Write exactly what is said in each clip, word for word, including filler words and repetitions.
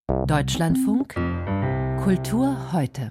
Deutschlandfunk Kultur heute.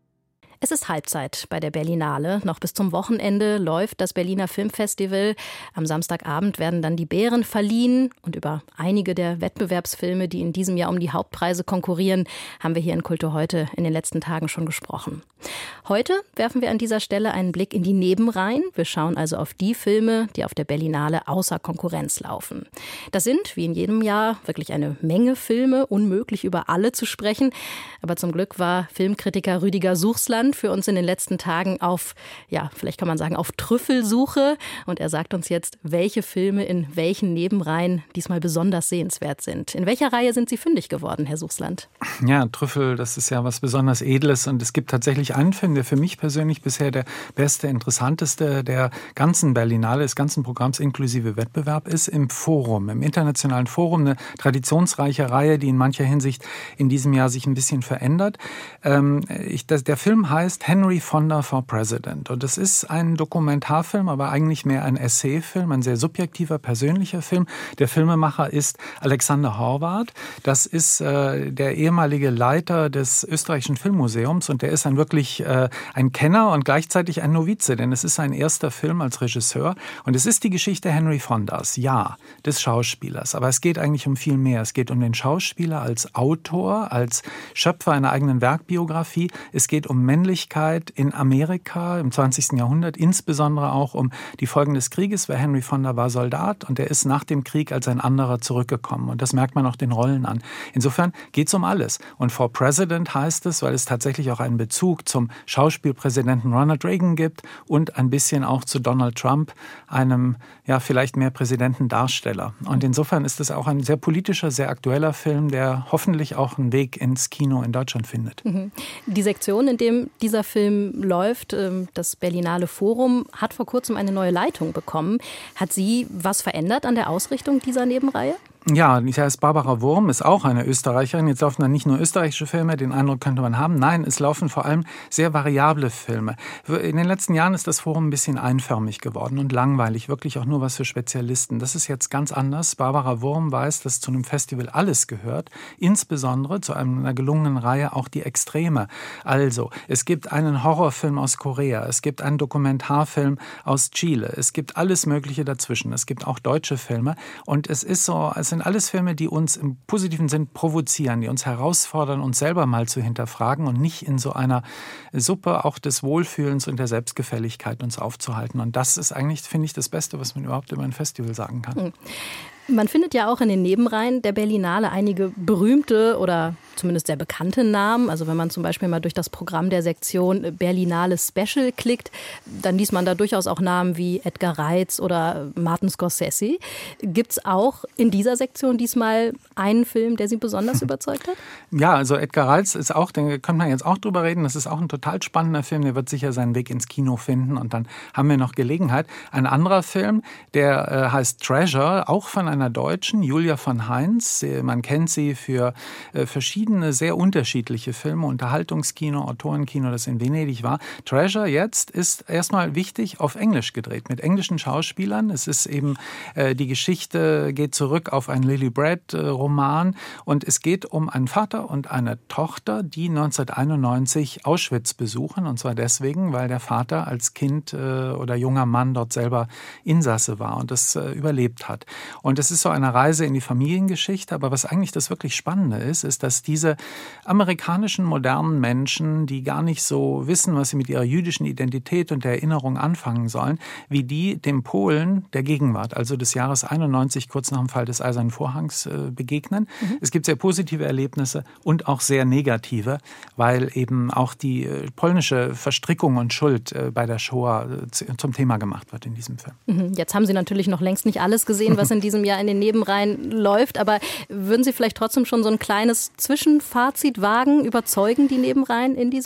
Es ist Halbzeit bei der Berlinale. Noch bis zum Wochenende läuft das Berliner Filmfestival. Am Samstagabend werden dann die Bären verliehen. Und über einige der Wettbewerbsfilme, die in diesem Jahr um die Hauptpreise konkurrieren, haben wir hier in Kultur heute in den letzten Tagen schon gesprochen. Heute werfen wir an dieser Stelle einen Blick in die Nebenreihen. Wir schauen also auf die Filme, die auf der Berlinale außer Konkurrenz laufen. Das sind, wie in jedem Jahr, wirklich eine Menge Filme, unmöglich über alle zu sprechen. Aber zum Glück war Filmkritiker Rüdiger Suchsland für uns in den letzten Tagen auf, ja, vielleicht kann man sagen, auf Trüffelsuche. Und er sagt uns jetzt, welche Filme in welchen Nebenreihen diesmal besonders sehenswert sind. In welcher Reihe sind Sie fündig geworden, Herr Suchsland? Ja, Trüffel, das ist ja was besonders Edles. Und es gibt tatsächlich einen Film, der für mich persönlich bisher der beste, interessanteste der ganzen Berlinale, des ganzen Programms inklusive Wettbewerb ist, im Forum, im Internationalen Forum. Eine traditionsreiche Reihe, die in mancher Hinsicht in diesem Jahr sich ein bisschen verändert. Ähm, ich, das, der Film heißt Henry Fonda for President. Und es ist ein Dokumentarfilm, aber eigentlich mehr ein Essayfilm, ein sehr subjektiver, persönlicher Film. Der Filmemacher ist Alexander Horvath. Das ist äh, der ehemalige Leiter des Österreichischen Filmmuseums und der ist ein wirklich äh, ein Kenner und gleichzeitig ein Novize, denn es ist sein erster Film als Regisseur. Und es ist die Geschichte Henry Fondas, ja, des Schauspielers. Aber es geht eigentlich um viel mehr. Es geht um den Schauspieler als Autor, als Schöpfer einer eigenen Werkbiografie. Es geht um Männlichkeit in Amerika im zwanzigsten Jahrhundert, insbesondere auch um die Folgen des Krieges, weil Henry Fonda war Soldat und er ist nach dem Krieg als ein anderer zurückgekommen. Und das merkt man auch den Rollen an. Insofern geht es um alles. Und For President heißt es, weil es tatsächlich auch einen Bezug zum Schauspielpräsidenten Ronald Reagan gibt und ein bisschen auch zu Donald Trump, einem ja vielleicht mehr Präsidentendarsteller. Und insofern ist es auch ein sehr politischer, sehr aktueller Film, der hoffentlich auch einen Weg ins Kino in Deutschland findet. Mhm. Die Sektion, in dem dieser Film läuft, das Berlinale Forum, hat vor kurzem eine neue Leitung bekommen. Hat sie was verändert an der Ausrichtung dieser Nebenreihe? Ja, die heißt Barbara Wurm, ist auch eine Österreicherin. Jetzt laufen dann nicht nur österreichische Filme, den Eindruck könnte man haben. Nein, es laufen vor allem sehr variable Filme. In den letzten Jahren ist das Forum ein bisschen einförmig geworden und langweilig, wirklich auch nur was für Spezialisten. Das ist jetzt ganz anders. Barbara Wurm weiß, dass zu einem Festival alles gehört, insbesondere zu einer gelungenen Reihe auch die Extreme. Also, es gibt einen Horrorfilm aus Korea, es gibt einen Dokumentarfilm aus Chile, es gibt alles Mögliche dazwischen. Es gibt auch deutsche Filme und es ist so, es sind alles Filme, die uns im positiven Sinn provozieren, die uns herausfordern, uns selber mal zu hinterfragen und nicht in so einer Suppe auch des Wohlfühlens und der Selbstgefälligkeit uns aufzuhalten. Und das ist eigentlich, finde ich, das Beste, was man überhaupt über ein Festival sagen kann. Mhm. Man findet ja auch in den Nebenreihen der Berlinale einige berühmte oder zumindest sehr bekannte Namen. Also wenn man zum Beispiel mal durch das Programm der Sektion Berlinale Special klickt, dann liest man da durchaus auch Namen wie Edgar Reitz oder Martin Scorsese. Gibt es auch in dieser Sektion diesmal einen Film, der Sie besonders überzeugt hat? Ja, also Edgar Reitz ist auch, da könnte man jetzt auch drüber reden, das ist auch ein total spannender Film, der wird sicher seinen Weg ins Kino finden und dann haben wir noch Gelegenheit. Ein anderer Film, der äh, heißt Treasure, auch von einer Deutschen, Julia von Heinz. Man kennt sie für äh, verschiedene, sehr unterschiedliche Filme, Unterhaltungskino, Autorenkino, das in Venedig war. Treasure jetzt ist erstmal wichtig auf Englisch gedreht, mit englischen Schauspielern. Es ist eben, äh, die Geschichte geht zurück auf einen Lily Brett-Roman und es geht um einen Vater und eine Tochter, die neunzehnhunderteinundneunzig Auschwitz besuchen und zwar deswegen, weil der Vater als Kind äh, oder junger Mann dort selber Insasse war und das äh, überlebt hat. Und es ist so eine Reise in die Familiengeschichte, aber was eigentlich das wirklich Spannende ist, ist, dass diese amerikanischen modernen Menschen, die gar nicht so wissen, was sie mit ihrer jüdischen Identität und der Erinnerung anfangen sollen, wie die dem Polen der Gegenwart, also des Jahres einundneunzig, kurz nach dem Fall des Eisernen Vorhangs, äh, begegnen. Mhm. Es gibt sehr positive Erlebnisse und auch sehr negative, weil eben auch die äh, polnische Verstrickung und Schuld äh, bei der Shoah äh, zum Thema gemacht wird in diesem Film. Mhm. Jetzt haben Sie natürlich noch längst nicht alles gesehen, was in diesem Jahr in den Nebenreihen läuft, aber würden Sie vielleicht trotzdem schon so ein kleines Zwischenfazit wagen? Überzeugen die Nebenreihen in diesem Jahr?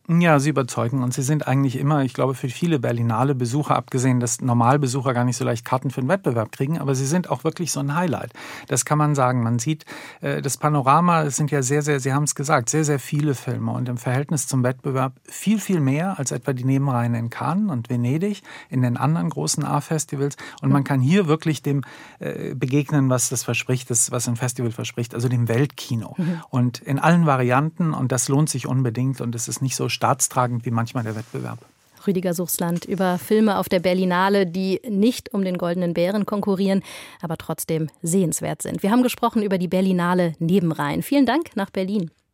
Ja, sie überzeugen und sie sind eigentlich immer, ich glaube, für viele Berlinale-Besucher, abgesehen, dass Normalbesucher gar nicht so leicht Karten für den Wettbewerb kriegen, aber sie sind auch wirklich so ein Highlight. Das kann man sagen. Man sieht, das Panorama, es sind ja sehr, sehr, Sie haben es gesagt, sehr, sehr viele Filme und im Verhältnis zum Wettbewerb viel, viel mehr als etwa die Nebenreihen in Cannes und Venedig, in den anderen großen A-Festivals. Und man kann hier wirklich dem begegnen, was das verspricht, das, was ein Festival verspricht, also dem Weltkino. Mhm. Und in allen Varianten, und das lohnt sich unbedingt und es ist nicht so staatstragend wie manchmal der Wettbewerb. Rüdiger Suchsland über Filme auf der Berlinale, die nicht um den Goldenen Bären konkurrieren, aber trotzdem sehenswert sind. Wir haben gesprochen über die Berlinale Nebenreihen. Vielen Dank nach Berlin.